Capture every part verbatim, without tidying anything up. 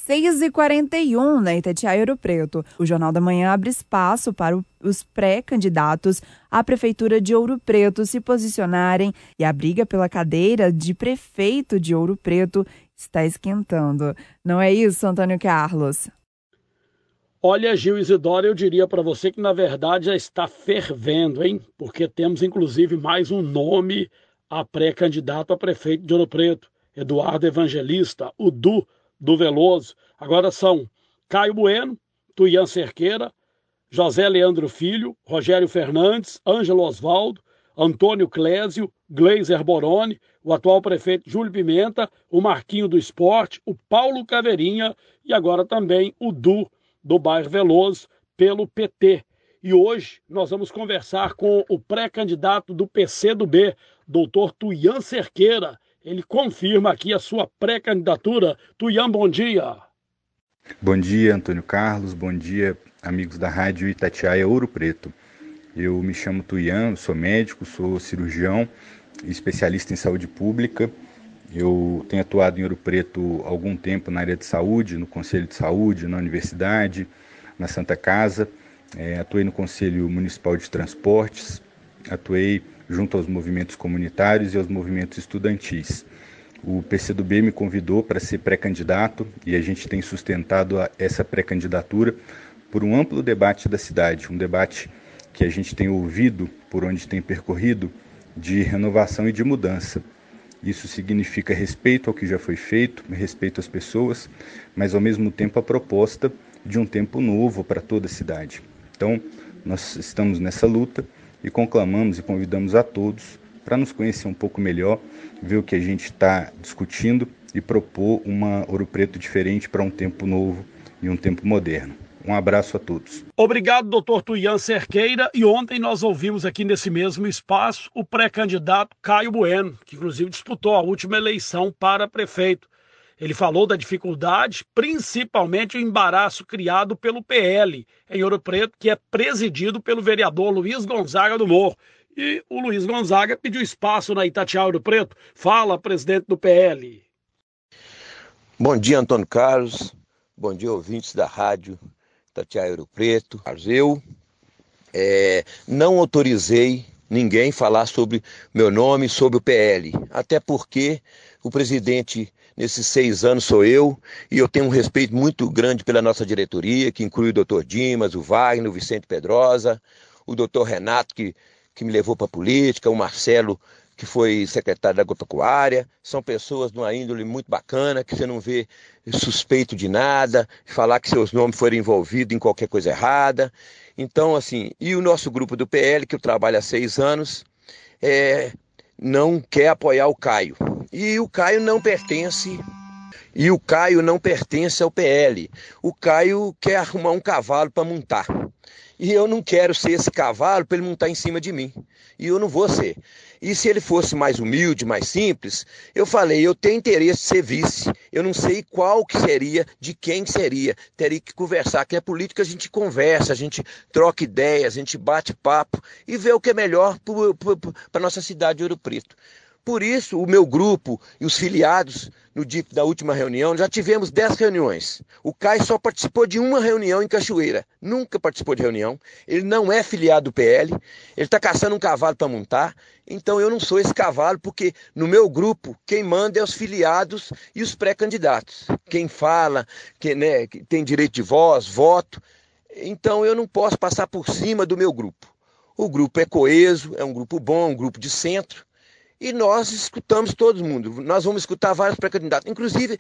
seis e quarenta e um na Itatiaia Ouro Preto. O Jornal da Manhã abre espaço para o, os pré-candidatos à Prefeitura de Ouro Preto se posicionarem e a briga pela cadeira de prefeito de Ouro Preto está esquentando. Não é isso, Antônio Carlos? Olha, Gil Isidoro, eu diria para você que na verdade já está fervendo, hein? Porque temos inclusive mais um nome a pré-candidato a prefeito de Ouro Preto, Eduardo Evangelista, o Du do Veloso. Agora são Caio Bueno, Tuian Cerqueira, José Leandro Filho, Rogério Fernandes, Ângelo Osvaldo, Antônio Clésio, Gleiser Boroni, o atual prefeito Júlio Pimenta, o Marquinho do Esporte, o Paulo Caveirinha e agora também o Du do bairro Veloso pelo P T. E hoje nós vamos conversar com o pré-candidato do P C do B, doutor Tuian Cerqueira. Ele confirma aqui a sua pré-candidatura. Tuian, bom dia. Bom dia, Antônio Carlos. Bom dia, amigos da Rádio Itatiaia Ouro Preto. Eu me chamo Tuian, sou médico, sou cirurgião e especialista em saúde pública. Eu tenho atuado em Ouro Preto há algum tempo na área de saúde, no Conselho de Saúde, na universidade, na Santa Casa. É, atuei no Conselho Municipal de Transportes, atuei junto aos movimentos comunitários e aos movimentos estudantis. O P C do B me convidou para ser pré-candidato e a gente tem sustentado a, essa pré-candidatura por um amplo debate da cidade, um debate que a gente tem ouvido por onde tem percorrido de renovação e de mudança. Isso significa respeito ao que já foi feito, respeito às pessoas, mas ao mesmo tempo a proposta de um tempo novo para toda a cidade. Então, nós estamos nessa luta e conclamamos e convidamos a todos para nos conhecer um pouco melhor, ver o que a gente está discutindo e propor uma Ouro Preto diferente para um tempo novo e um tempo moderno. Um abraço a todos. Obrigado, doutor Tuian Cerqueira. E ontem nós ouvimos aqui nesse mesmo espaço o pré-candidato Caio Bueno, que inclusive disputou a última eleição para prefeito. Ele falou da dificuldade, principalmente o embaraço criado pelo P L em Ouro Preto, que é presidido pelo vereador Luiz Gonzaga do Morro. E o Luiz Gonzaga pediu espaço na Itatiaia Ouro Preto. Fala, presidente do P L. Bom dia, Antônio Carlos. Bom dia, ouvintes da rádio Itatiaia Ouro Preto. Eu é, não autorizei ninguém falar sobre meu nome, sobre o P L. Até porque o presidente nesses seis anos sou eu, e eu tenho um respeito muito grande pela nossa diretoria, que inclui o doutor Dimas, o Wagner, o Vicente Pedrosa, o doutor Renato, que, que me levou para a política, o Marcelo, que foi secretário da agropecuária. São pessoas de uma índole muito bacana, que você não vê suspeito de nada, falar que seus nomes foram envolvidos em qualquer coisa errada. Então, assim, e o nosso grupo do P L, que eu trabalho há seis anos, é, não quer apoiar o Caio. E o Caio não pertence... E o Caio não pertence ao P L. O Caio quer arrumar um cavalo para montar. E eu não quero ser esse cavalo para ele montar em cima de mim. E eu não vou ser. E se ele fosse mais humilde, mais simples, eu falei, eu tenho interesse de ser vice. Eu não sei qual que seria, de quem seria. Teria que conversar. Que é política, a gente conversa, a gente troca ideias, a gente bate papo e vê o que é melhor para a nossa cidade de Ouro Preto. Por isso, o meu grupo e os filiados, no dia da última reunião, já tivemos dez reuniões. O Caio só participou de uma reunião em Cachoeira. Nunca participou de reunião. Ele não é filiado do P L. Ele está caçando um cavalo para montar. Então eu não sou esse cavalo, porque no meu grupo, quem manda é os filiados e os pré-candidatos. Quem fala, quem, né, tem direito de voz, voto. Então eu não posso passar por cima do meu grupo. O grupo é coeso, é um grupo bom, um grupo de centro. E nós escutamos todo mundo. Nós vamos escutar vários pré-candidatos. Inclusive,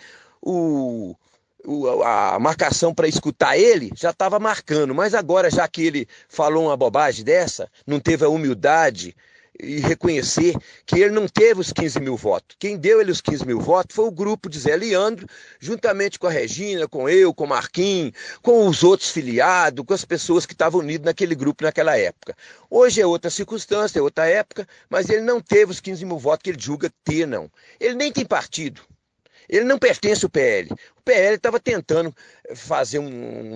o, o, a marcação para escutar ele já estava marcando. Mas agora, já que ele falou uma bobagem dessa, não teve a humildade e reconhecer que ele não teve os quinze mil votos. Quem deu ele os quinze mil votos foi o grupo de Zé Leandro, juntamente com a Regina, com eu, com o Marquinhos, com os outros filiados, com as pessoas que estavam unidas naquele grupo naquela época. Hoje é outra circunstância, é outra época, mas ele não teve os quinze mil votos que ele julga ter, não. Ele nem tem partido. Ele não pertence ao P L. O P L estava tentando fazer um... um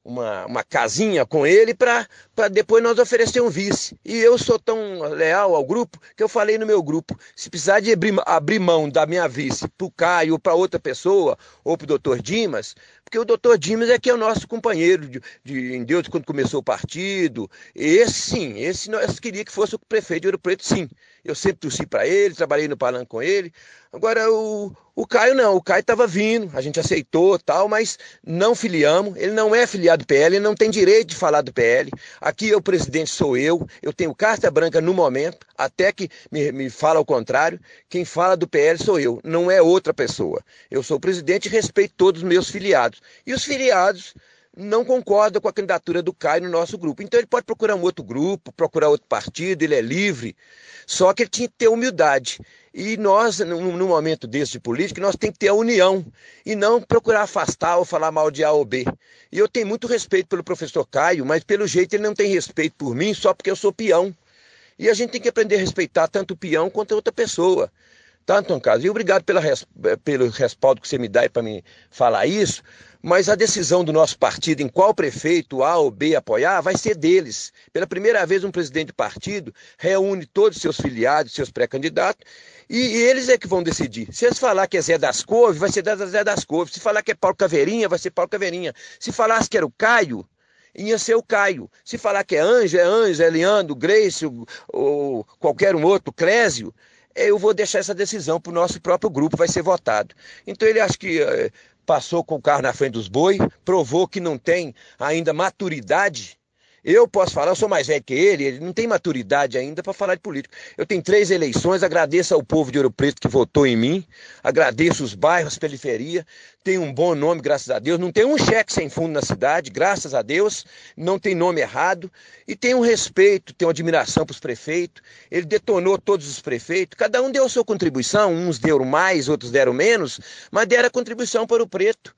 uma, uma casinha com ele para depois nós oferecer um vice. E eu sou tão leal ao grupo que eu falei no meu grupo, se precisar de abrir, abrir mão da minha vice para o Caio ou para outra pessoa, ou para o doutor Dimas, porque o doutor Dimas é que é o nosso companheiro de, de, em Deus quando começou o partido. Esse sim, esse nós queria que fosse o prefeito de Ouro Preto, sim. Eu sempre torci para ele, trabalhei no palanque com ele. Agora o, o Caio não, o Caio estava vindo, a gente aceitou tal, mas não filiamos, ele não é filiado do P L, ele não tem direito de falar do P L. Aqui o presidente sou eu, eu tenho carta branca no momento, até que me, me fala ao contrário, quem fala do P L sou eu, não é outra pessoa. Eu sou o presidente e respeito todos os meus filiados. E os filiados não concordam com a candidatura do Caio no nosso grupo. Então ele pode procurar um outro grupo, procurar outro partido, ele é livre. Só que ele tinha que ter humildade. E nós, num momento desse de política, nós temos que ter a união e não procurar afastar ou falar mal de A ou B. E eu tenho muito respeito pelo professor Caio, mas pelo jeito ele não tem respeito por mim só porque eu sou peão. E a gente tem que aprender a respeitar tanto o peão quanto a outra pessoa. Tá, Antônio Carlos? E obrigado pela, pelo respaldo que você me dá para me falar isso, mas a decisão do nosso partido em qual prefeito A ou B apoiar vai ser deles. Pela primeira vez um presidente de partido reúne todos os seus filiados, seus pré-candidatos, e, e eles é que vão decidir. Se eles falar que é Zé das Couves, vai ser Zé das Couves. Se falar que é Paulo Caveirinha, vai ser Paulo Caveirinha. Se falasse que era o Caio, ia ser o Caio. Se falar que é Anjo, é Anjo, é Leandro, Grace, ou, ou qualquer um outro, Clésio, eu vou deixar essa decisão para o nosso próprio grupo, vai ser votado. Então ele acha que eh, passou com o carro na frente dos bois, provou que não tem ainda maturidade. Eu posso falar, eu sou mais velho que ele, ele não tem maturidade ainda para falar de política. Eu tenho três eleições, agradeço ao povo de Ouro Preto que votou em mim, agradeço os bairros, periferia, tenho um bom nome, graças a Deus, não tem um cheque sem fundo na cidade, graças a Deus, não tem nome errado, e tenho um respeito, tenho admiração para os prefeitos, ele detonou todos os prefeitos, cada um deu a sua contribuição, uns deram mais, outros deram menos, mas deram a contribuição para o Preto.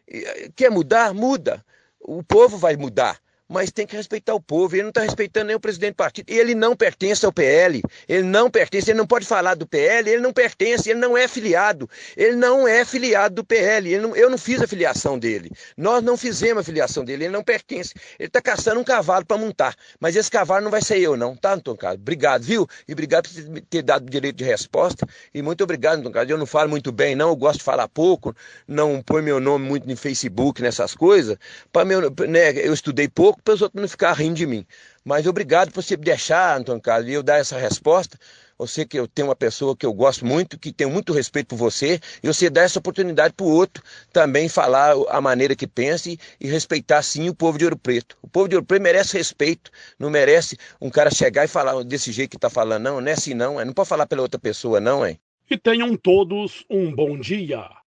Quer mudar? Muda. O povo vai mudar. Mas tem que respeitar o povo, ele não está respeitando nem o presidente do partido, ele não pertence ao P L, ele não pertence, ele não pode falar do P L, ele não pertence, ele não é filiado, ele não é filiado do P L, ele não, eu não fiz a filiação dele, nós não fizemos a filiação dele, ele não pertence, ele está caçando um cavalo para montar, mas esse cavalo não vai ser eu não, tá, Antônio Carlos? Obrigado, viu? E obrigado por ter dado o direito de resposta, e muito obrigado, Antônio Carlos, eu não falo muito bem não, eu gosto de falar pouco, não põe meu nome muito no Facebook, nessas coisas, para meu, né, eu estudei pouco, para os outros não ficarem rindo de mim. Mas obrigado por você deixar, Antônio Carlos, e eu dar essa resposta. Eu sei que eu tenho uma pessoa que eu gosto muito, que tenho muito respeito por você, e você dá essa oportunidade para o outro também falar a maneira que pensa e, e respeitar, sim, o povo de Ouro Preto. O povo de Ouro Preto merece respeito, não merece um cara chegar e falar desse jeito que está falando, não, não é assim não, é, não pode falar pela outra pessoa não, é. E tenham todos um bom dia.